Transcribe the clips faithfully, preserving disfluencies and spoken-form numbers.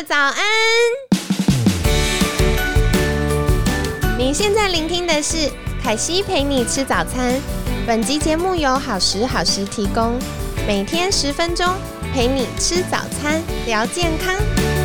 早安！你现在聆听的是凯西陪你吃早餐。本集节目由好时好时提供，每天十分钟陪你吃早餐，聊健康。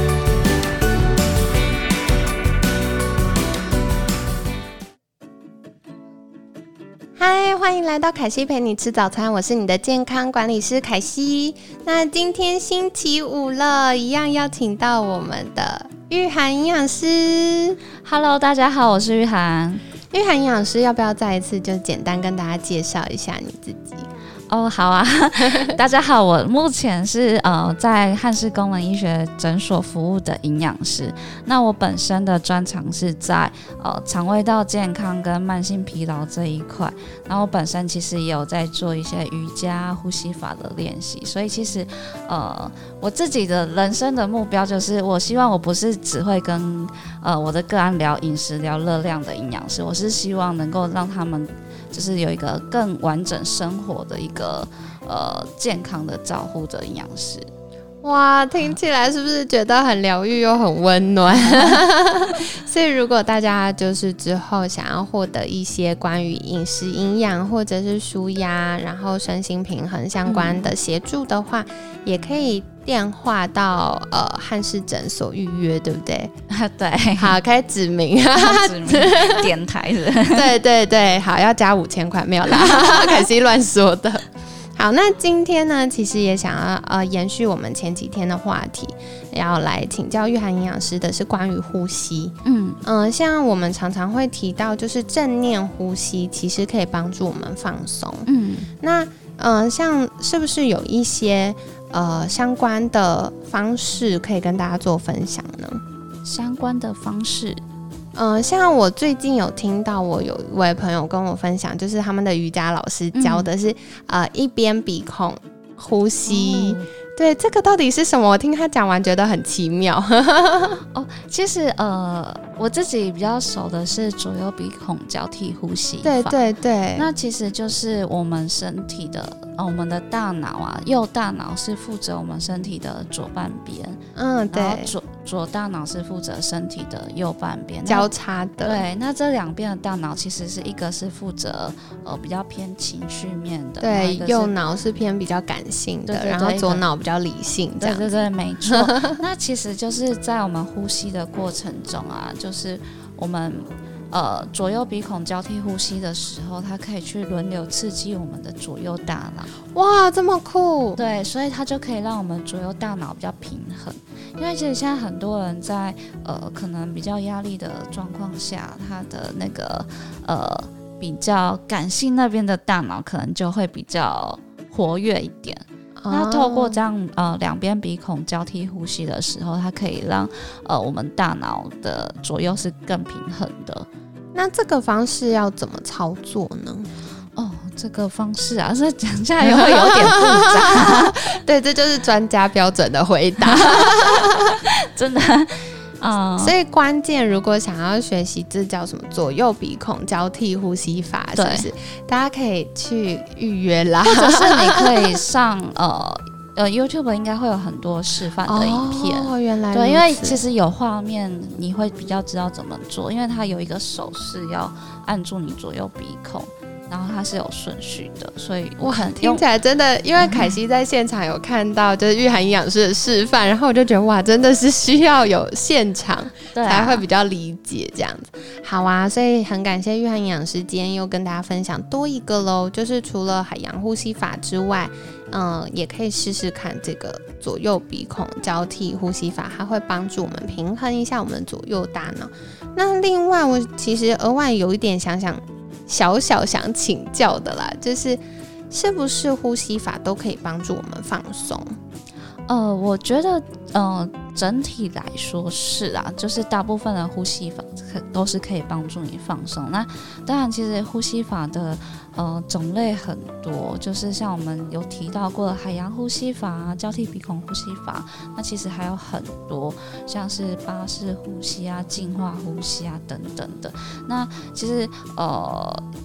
嗨，欢迎来到凯西陪你吃早餐，我是你的健康管理师凯西。那今天星期五了，一样邀请到我们的玉涵营养师。 Hello， 大家好，我是玉涵。 玉涵营养师，要不要再一次就简单跟大家介绍一下你自己？ 哦，好啊，大家好，我目前是呃在汉氏功能医学诊所服务的营养师。那我本身的专长是在呃肠胃道健康跟慢性疲劳这一块。然后我本身其实也有在做一些瑜伽、呼吸法的练习，所以其实呃我自己的人生的目标就是，我希望我不是只会跟呃我的个案聊饮食、聊热量的营养师，我是希望能够让他们就是有一个更完整生活的一个呃健康的照护的营养师。 哇，听起来是不是觉得很疗愈又很温暖？所以如果大家就是之后想要获得一些关于饮食营养或者是舒压，然后身心平衡相关的协助的话，嗯、也可以电话到呃汉氏诊所预约，对不对？ 对， 好，可以指名， 指名点台的。 对对对，好，要加五千块，没有啦，凯西乱说的。好，那今天呢，其实也想要呃延续我们前几天的话题，要来请教玉涵营养师的是关于呼吸。嗯嗯、呃，像我们常常会提到，就是正念呼吸，其实可以帮助我们放松。嗯，那嗯、呃，像是不是有一些呃相关的方式可以跟大家做分享呢？ 相关的方式。 呃，像我最近有听到，我有一位朋友跟我分享，就是他们的瑜伽老师教的是、嗯、呃一边鼻孔呼吸、哦，对，这个到底是什么？我听他讲完觉得很奇妙。 哦，其实呃我自己比较熟的是左右鼻孔交替呼吸法。 对对对， 那其实就是我们身体的、呃、我们的大脑啊，右大脑是负责我们身体的左半边，嗯，对，然后左左大脑是负责身体的右半边， 交叉的。 对，那这两边的大脑其实是一个是负责呃比较偏情绪面的， 对，右脑是偏比较感性的，对对对，然后左脑比较理性这样。 对对对，没错。那其实就是在我们呼吸的过程中啊，就是我们呃左右鼻孔交替呼吸的时候，它可以去轮流刺激我们的左右大脑。 哇，这么酷！ 对，所以它就可以让我们左右大脑比较平衡。因为其实现在很多人在呃可能比较压力的状况下，他的那个呃比较感性那边的大脑可能就会比较活跃一点。那透过这样呃两边鼻孔交替呼吸的时候，它可以让呃我们大脑的左右是更平衡的。 那这个方式要怎么操作呢？ 哦，这个方式啊，这讲起来也会有点复杂。 对，这就是专家标准的回答。 真的。 嗯，所以关键如果想要学习这叫什么左右鼻孔交替呼吸法，是不是大家可以去预约啦， 或者是你可以上呃呃 YouTube 应该会有很多示范的影片。 哦，原来对，因为其实有画面你会比较知道怎么做，因为它有一个手势要按住你左右鼻孔，然后它是有顺序的，所以我很听起来真的，因为凯西在现场有看到就是玉涵营养师的示范，然后我就觉得哇，真的是需要有现场才会比较理解这样子。好啊，所以很感谢玉涵营养师今天又跟大家分享多一个咯，就是除了海洋呼吸法之外，嗯，也可以试试看这个左右鼻孔交替呼吸法，它会帮助我们平衡一下我们左右大脑。那另外我其实额外有一点想想小小想请教的啦，就是是不是呼吸法都可以帮助我们放松？ 呃，我觉得呃整体来说是啊，就是大部分的呼吸法都是可以帮助你放松。那当然，其实呼吸法的呃种类很多，就是像我们有提到过的海洋呼吸法啊、交替鼻孔呼吸法，那其实还有很多，像是巴氏呼吸啊、净化呼吸啊等等的。那其实呃。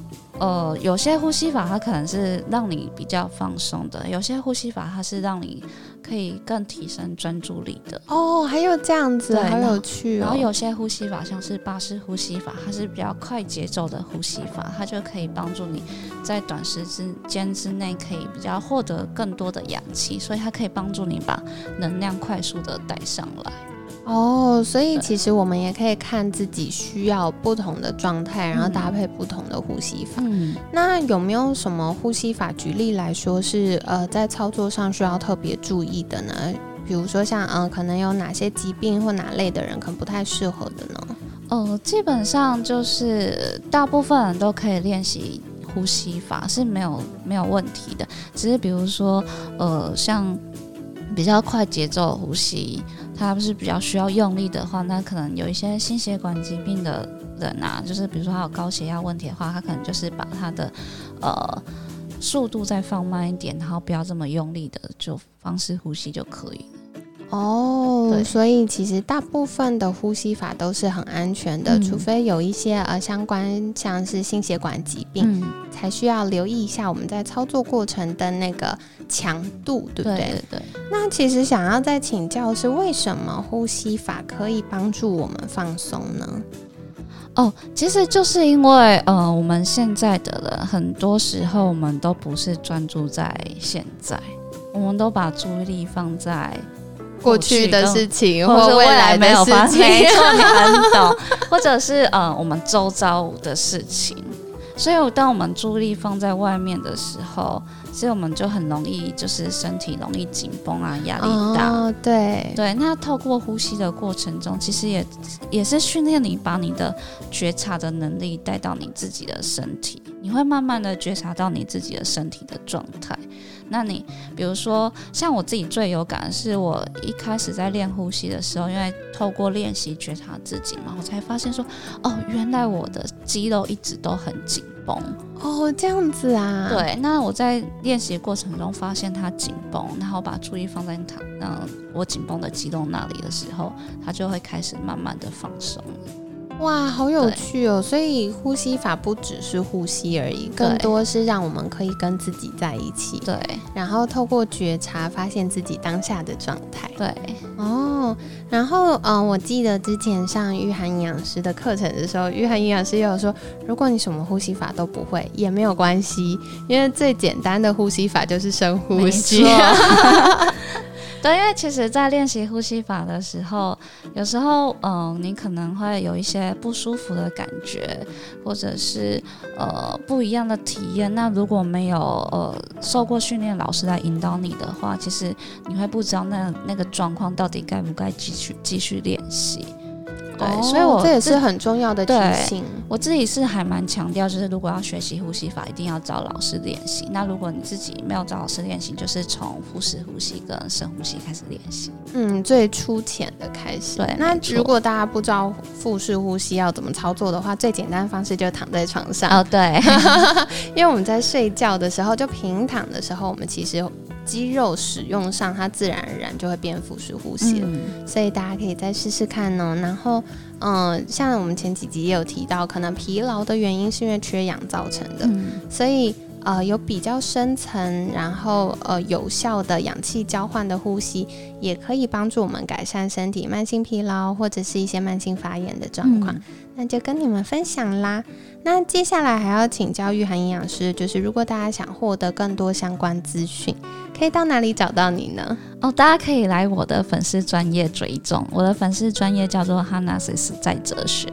呃，有些呼吸法它可能是让你比较放松的，有些呼吸法它是让你可以更提升专注力的。 哦，还有这样子，好有趣哦。 然后有些呼吸法像是巴氏呼吸法，它是比较快节奏的呼吸法，它就可以帮助你在短时间之内可以比较获得更多的氧气，所以它可以帮助你把能量快速的带上来。 哦，所以其实我们也可以看自己需要不同的状态，然后搭配不同的呼吸法。嗯，那有没有什么呼吸法举例来说是呃在操作上需要特别注意的呢？比如说像呃可能有哪些疾病或哪类的人可能不太适合的呢？ 呃，基本上就是大部分人都可以练习呼吸法是没有没有问题的，只是比如说呃像比较快节奏的呼吸，它是比较需要用力的话，那可能有一些心血管疾病的人啊，就是比如说他有高血压问题的话，他可能就是把他的呃速度再放慢一点，然后不要这么用力的就方式呼吸就可以了。 哦，所以其实大部分的呼吸法都是很安全的，嗯、除非有一些呃相关像是心血管疾病、嗯，才需要留意一下我们在操作过程的那个强度，对不对？ 对对对。 那其实想要再请教是为什么呼吸法可以帮助我们放松呢？ 哦，其实就是因为呃，我们现在的人很多时候我们都不是专注在现在，我们都把注意力放在过去的事情或者未来没有发生， 没错，你很懂，或者是呃我们周遭的事情。所以当我们注意力放在外面的时候，所以我们就很容易就是身体容易紧绷啊，压力大。 哦，对对。那透过呼吸的过程中，其实也也是训练你把你的觉察的能力带到你自己的身体，你会慢慢的觉察到你自己的身体的状态。那你比如说像我自己最有感的是，我一开始在练呼吸的时候，因为透过练习觉察自己嘛，我才发现说，哦，原来我的肌肉一直都很紧绷。 哦，这样子啊。 对，那我在练习过程中发现它紧绷，然后把注意放在它嗯我紧绷的肌肉那里的时候，它就会开始慢慢的放松。 哇，好有趣哦！所以呼吸法不只是呼吸而已，更多是让我们可以跟自己在一起。 对， 然后透过觉察发现自己当下的状态。 对， 哦，然后嗯、呃，我记得之前上玉涵营养师的课程的时候，玉涵营养师也有说，如果你什么呼吸法都不会也没有关系，因为最简单的呼吸法就是深呼吸。 对，因为其实在练习呼吸法的时候，有时候嗯，你可能会有一些不舒服的感觉，或者是呃不一样的体验。那如果没有呃受过训练老师来引导你的话，其实你会不知道那那个状况到底该不该继续继续练习。对，哦、所以我这也是很重要的提醒。 我自己是还蛮强调，就是如果要学习呼吸法，一定要找老师练习。那如果你自己没有找老师练习，就是从腹式呼吸跟深呼吸开始练习。 嗯，最粗浅的开始。 对， 那如果大家不知道腹式呼吸要怎么操作的话，最简单的方式就是躺在床上。 哦，对， 因为我们在睡觉的时候，就平躺的时候，我们其实肌肉使用上，它自然而然就会变腹式呼吸了。嗯、所以大家可以再试试看哦。然后，嗯，像我们前几集也有提到，可能疲劳的原因是因为缺氧造成的，嗯、所以呃有比较深层，然后呃有效的氧气交换的呼吸，也可以帮助我们改善身体慢性疲劳或者是一些慢性发炎的状况。嗯、那就跟你们分享啦。那接下来还要请教玉涵营养师，就是如果大家想获得更多相关资讯，可以到哪里找到你呢？ 哦，大家可以来我的粉丝专页追踪，我的粉丝专页叫做 Hannah 在哲学。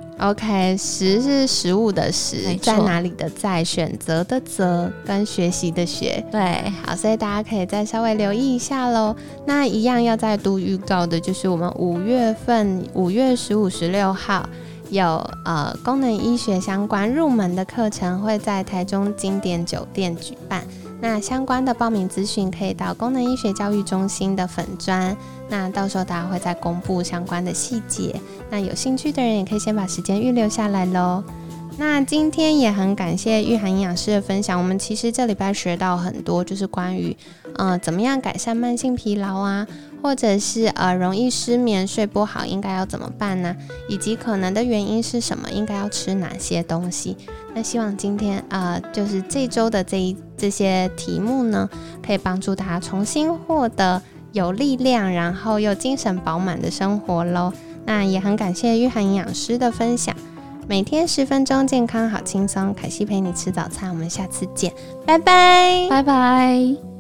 OK， 食是食物的食，在哪里的在，选择的择，跟学习的学。 对， 好，所以大家可以再稍微留意一下咯。那一样要再度预告的就是我们五月份五月十五、十六号有呃功能医学相关入门的课程会在台中经典酒店举办。那相关的报名资讯可以到功能医学教育中心的粉专，那到时候大家会再公布相关的细节，那有兴趣的人也可以先把时间预留下来咯。那今天也很感谢玉涵营养师的分享，我们其实这礼拜学到很多，就是关于呃怎么样改善慢性疲劳啊，或者是呃容易失眠睡不好应该要怎么办呢？以及可能的原因是什么，应该要吃哪些东西。那希望今天呃就是这周的这一这些题目呢，可以帮助大家重新获得有力量然后又精神饱满的生活咯。那也很感谢玉涵营养师的分享，每天十分钟，健康好轻松，凯西陪你吃早餐，我们下次见，拜拜， 拜拜。